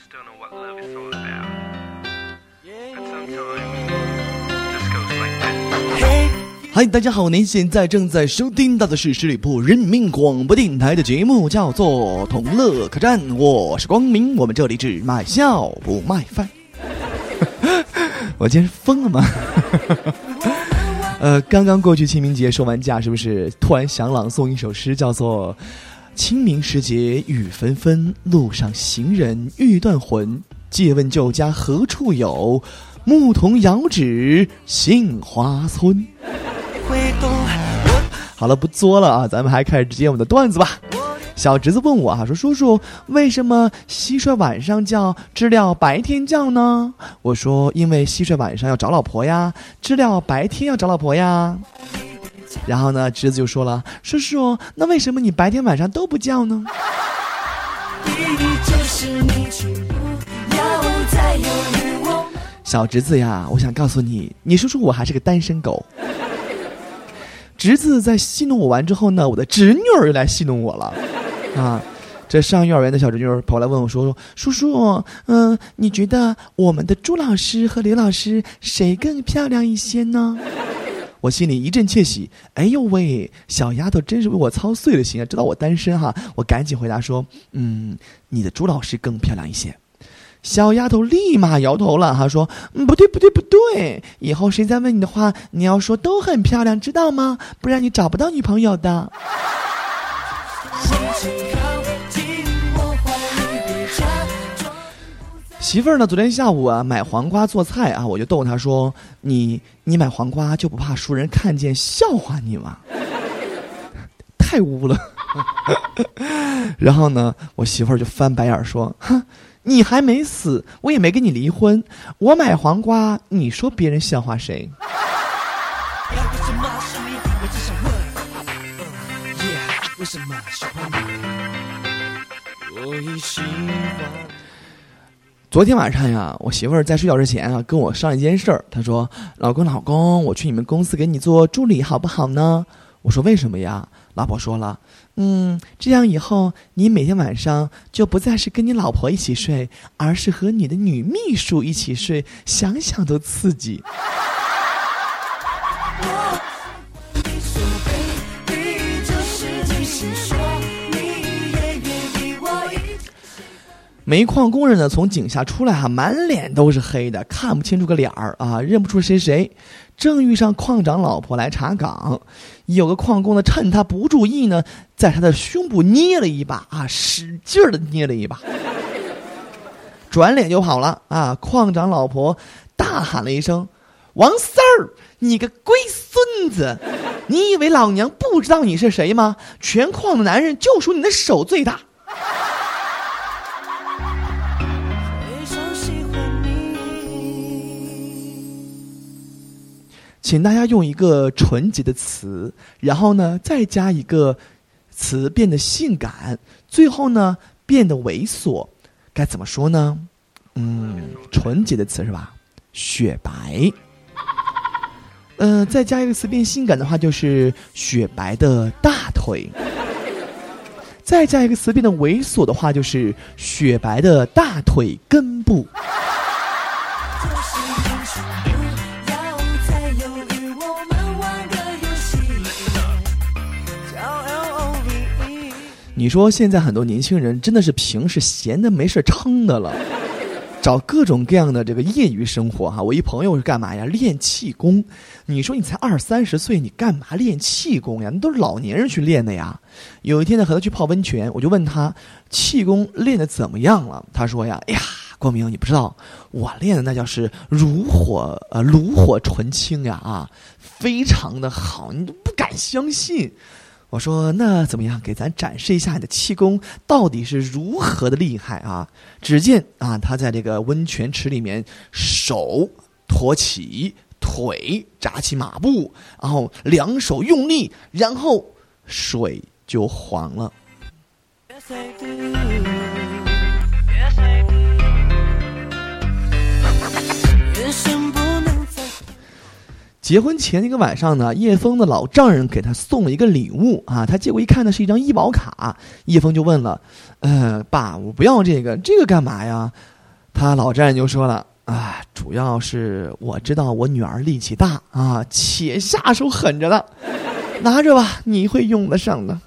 don't know what love is all about. But sometimes it just goes like that. 嗨，大家好，您现在正在收听到的是十里铺人民广播电台的节目，叫做同乐客栈，我是光明，我们这里只卖笑不卖饭。我今天是疯了吗？刚刚过去清明节收完假，是不是突然想朗诵一首诗，叫做清明时节雨纷纷，路上行人欲断魂，借问旧家何处有，牧童遥指杏花村。好了，不作了啊，咱们还开始直接我们的段子吧。小侄子问我啊，说叔叔，为什么蟋蟀晚上叫，知了白天叫呢？我说，因为蟋蟀晚上要找老婆呀，知了白天要找老婆呀。然后呢，侄子就说了，叔叔，那为什么你白天晚上都不叫呢？小侄子呀，我想告诉你，你叔叔我还是个单身狗。侄子在戏弄我完之后呢，我的侄女儿又来戏弄我了，啊，这上幼儿园的小侄女儿跑来问我说，叔叔，你觉得我们的朱老师和刘老师谁更漂亮一些呢？我心里一阵窃喜，哎呦喂，小丫头真是为我操碎了心啊！知道我单身哈，我赶紧回答说，你的朱老师更漂亮一些。小丫头立马摇头了，她说，不对，以后谁再问你的话，你要说都很漂亮，知道吗？不然你找不到女朋友的。媳妇儿呢，昨天下午啊买黄瓜做菜啊，我就逗她说，你买黄瓜就不怕熟人看见笑话你吗？太污了。然后呢，我媳妇儿就翻白眼说，哼，你还没死，我也没跟你离婚，我买黄瓜，你说别人笑话谁？昨天晚上呀，我媳妇儿在睡觉之前啊，跟我商量一件事儿。她说：“老公，我去你们公司给你做助理好不好呢？”我说：“为什么呀？”老婆说了：“这样以后你每天晚上就不再是跟你老婆一起睡，而是和你的女秘书一起睡，想想都刺激。”煤矿工人呢从井下出来啊，满脸都是黑的，看不清楚个脸儿啊，认不出谁。正遇上矿长老婆来查岗，有个矿工呢趁他不注意呢，在他的胸部捏了一把啊，使劲的捏了一把，转脸就跑了啊！矿长老婆大喊了一声：“王四儿，你个龟孙子！你以为老娘不知道你是谁吗？全矿的男人就属你的手最大。”请大家用一个纯洁的词，然后呢再加一个词变得性感，最后呢变得猥琐，该怎么说呢？纯洁的词是吧？雪白。再加一个词变性感的话，就是雪白的大腿。再加一个词变得猥琐的话，就是雪白的大腿根部。你说现在很多年轻人真的是平时闲的没事撑的了，找各种各样的这个业余生活哈。我一朋友是干嘛呀？练气功。你说你才20-30岁，你干嘛练气功呀？那都是老年人去练的呀。有一天呢，和他去泡温泉，我就问他气功练得怎么样了。他说呀，哎呀，光明你不知道，我练的那叫是炉火纯青呀啊，非常的好，你都不敢相信。我说那怎么样，给咱展示一下你的气功到底是如何的厉害啊。只见啊，他在这个温泉池里面手托起，腿扎起马步，然后两手用力，然后水就黄了。结婚前一个晚上呢，叶枫的老丈人给他送了一个礼物啊，他结果一看呢是一张医保卡，叶枫就问了，爸，我不要这个干嘛呀？ 他老丈人就说了啊，主要是我知道我女儿力气大啊，且下手狠着呢，拿着吧，你会用得上的。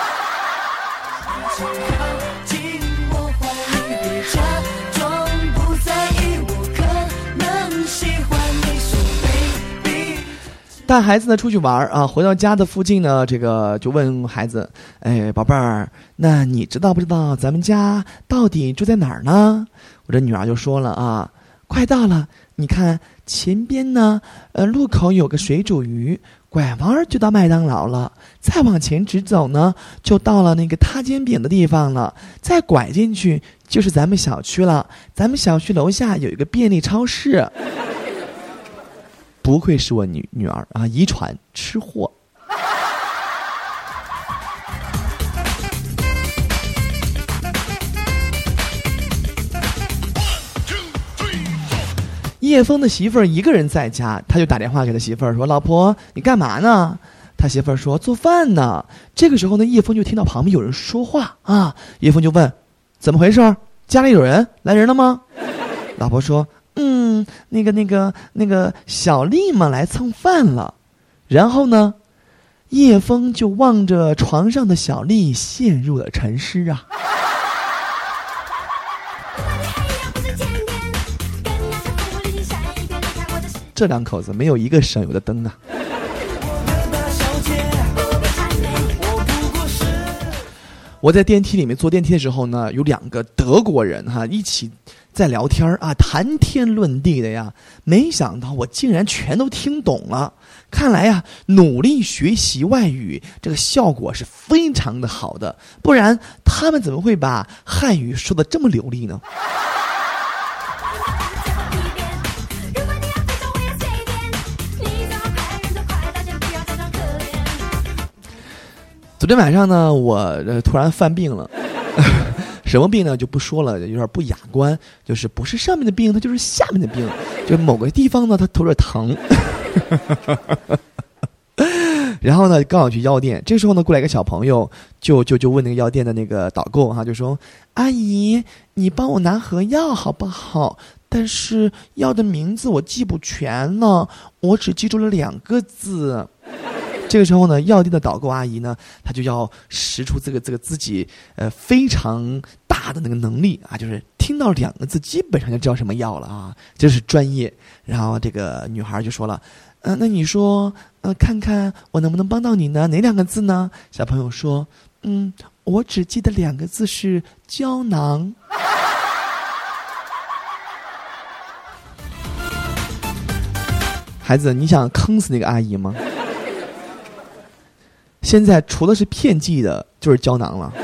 带孩子呢出去玩啊，回到家的附近呢，这个就问孩子，哎，宝贝儿，那你知道不知道咱们家到底住在哪儿呢？我这女儿就说了啊，快到了，你看前边呢，路口有个水煮鱼，拐弯就到麦当劳了，再往前直走呢，就到了那个塌煎饼的地方了，再拐进去就是咱们小区了，咱们小区楼下有一个便利超市。不愧是我女儿啊，遗传吃货。叶枫的媳妇儿一个人在家，他就打电话给他媳妇儿说：“老婆，你干嘛呢？”他媳妇儿说：“做饭呢。”这个时候呢，叶枫就听到旁边有人说话啊，叶枫就问：“怎么回事？家里有人？来人了吗？”老婆说：“那个小丽嘛来蹭饭了。”然后呢，叶枫就望着床上的小丽陷入了沉思啊。这两口子没有一个省油的灯啊。我在电梯里面坐电梯的时候呢，有2个德国人哈一起在聊天啊，谈天论地的呀。没想到我竟然全都听懂了。看来呀，努力学习外语这个效果是非常的好的，不然他们怎么会把汉语说得这么流利呢？昨天晚上呢，我突然犯病了。什么病呢？就不说了，有点不雅观，就是不是上面的病，它就是下面的病，就某个地方呢，它头有点疼。然后呢，刚好去药店，这时候呢，过来一个小朋友，就问那个药店的那个导购哈，就说：“阿姨，你帮我拿盒药好不好？但是药的名字我记不全呢，我只记住了2个字。”这个时候呢，药店的导购阿姨呢，她就要使出这个自己非常大的那个能力啊，就是听到2个字，基本上就知道什么药了啊，这是专业。然后这个女孩就说了，那你说，看看我能不能帮到你呢？哪2个字呢？小朋友说，我只记得2个字是胶囊。孩子，你想坑死那个阿姨吗？现在除了是骗剂的，就是胶囊了。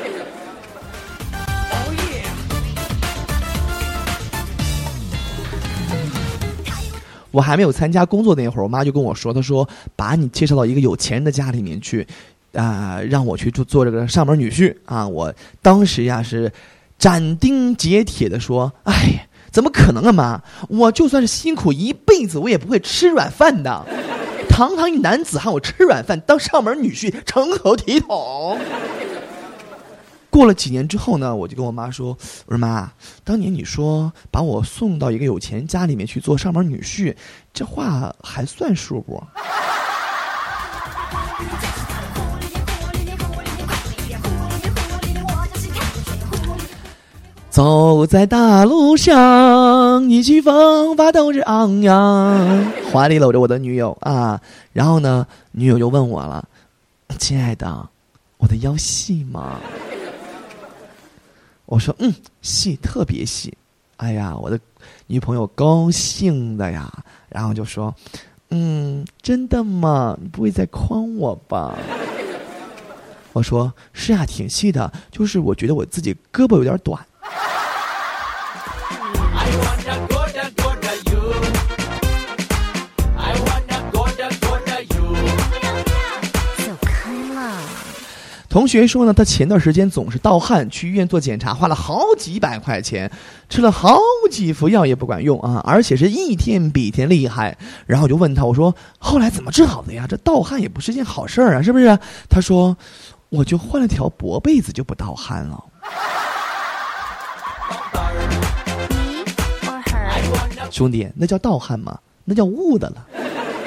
我还没有参加工作那会儿，我妈就跟我说，她说把你介绍到一个有钱人的家里面去，让我去做这个上门女婿啊！我当时呀是斩钉截铁的说，哎，怎么可能啊妈！我就算是辛苦一辈子，我也不会吃软饭的。堂堂一男子汉，我吃软饭当上门女婿，成何体统？过了几年之后呢，我就跟我妈说，我说妈，当年你说把我送到一个有钱家里面去做上门女婿，这话还算数不？走在大路上，意气风发斗志昂扬，怀里搂着我的女友啊。然后呢，女友就问我了，亲爱的，我的腰细吗？我说细，特别细。哎呀，我的女朋友高兴的呀，然后就说，真的吗？你不会再诓我吧？我说是啊，挺细的，就是我觉得我自己胳膊有点短。同学说呢，他前段时间总是盗汗，去医院做检查，花了好几百块钱，吃了好几副药也不管用啊，而且是一天比一天厉害。然后我就问他，我说后来怎么治好的呀？这盗汗也不是件好事啊，是不是？他说我就换了条薄被子就不盗汗了。 兄弟，那叫盗汗吗？那叫误的了。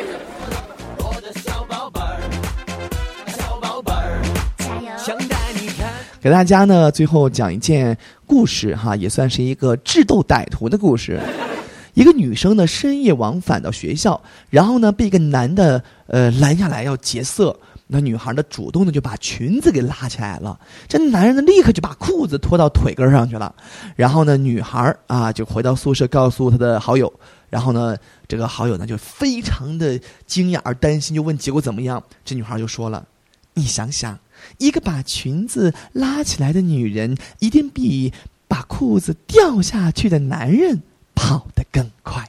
给大家呢最后讲一件故事哈，也算是一个智斗歹徒的故事。一个女生呢深夜往返到学校，然后呢被一个男的拦下来要劫色。那女孩呢主动的就把裙子给拉起来了，这男人呢立刻就把裤子脱到腿根上去了。然后呢女孩啊就回到宿舍告诉她的好友，然后呢这个好友呢就非常的惊讶而担心，就问结果怎么样。这女孩就说了，你想想，一个把裙子拉起来的女人一定比把裤子掉下去的男人跑得更快。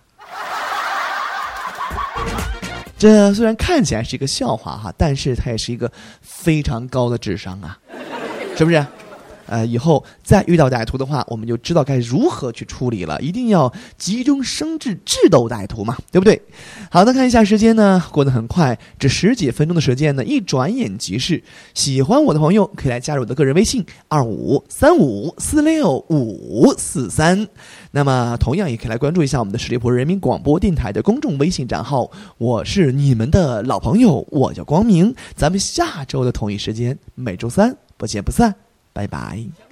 这虽然看起来是一个笑话哈，但是它也是一个非常高的智商啊，是不是？以后再遇到歹徒的话，我们就知道该如何去处理了。一定要急中生智，智斗歹徒嘛，对不对？好的，看一下时间呢，过得很快，这10几分钟的时间呢，一转眼即逝。喜欢我的朋友可以来加入我的个人微信2535465543。那么同样也可以来关注一下我们的十里铺人民广播电台的公众微信账号。我是你们的老朋友，我叫光明。咱们下周的同一时间，每周3不见不散。拜拜。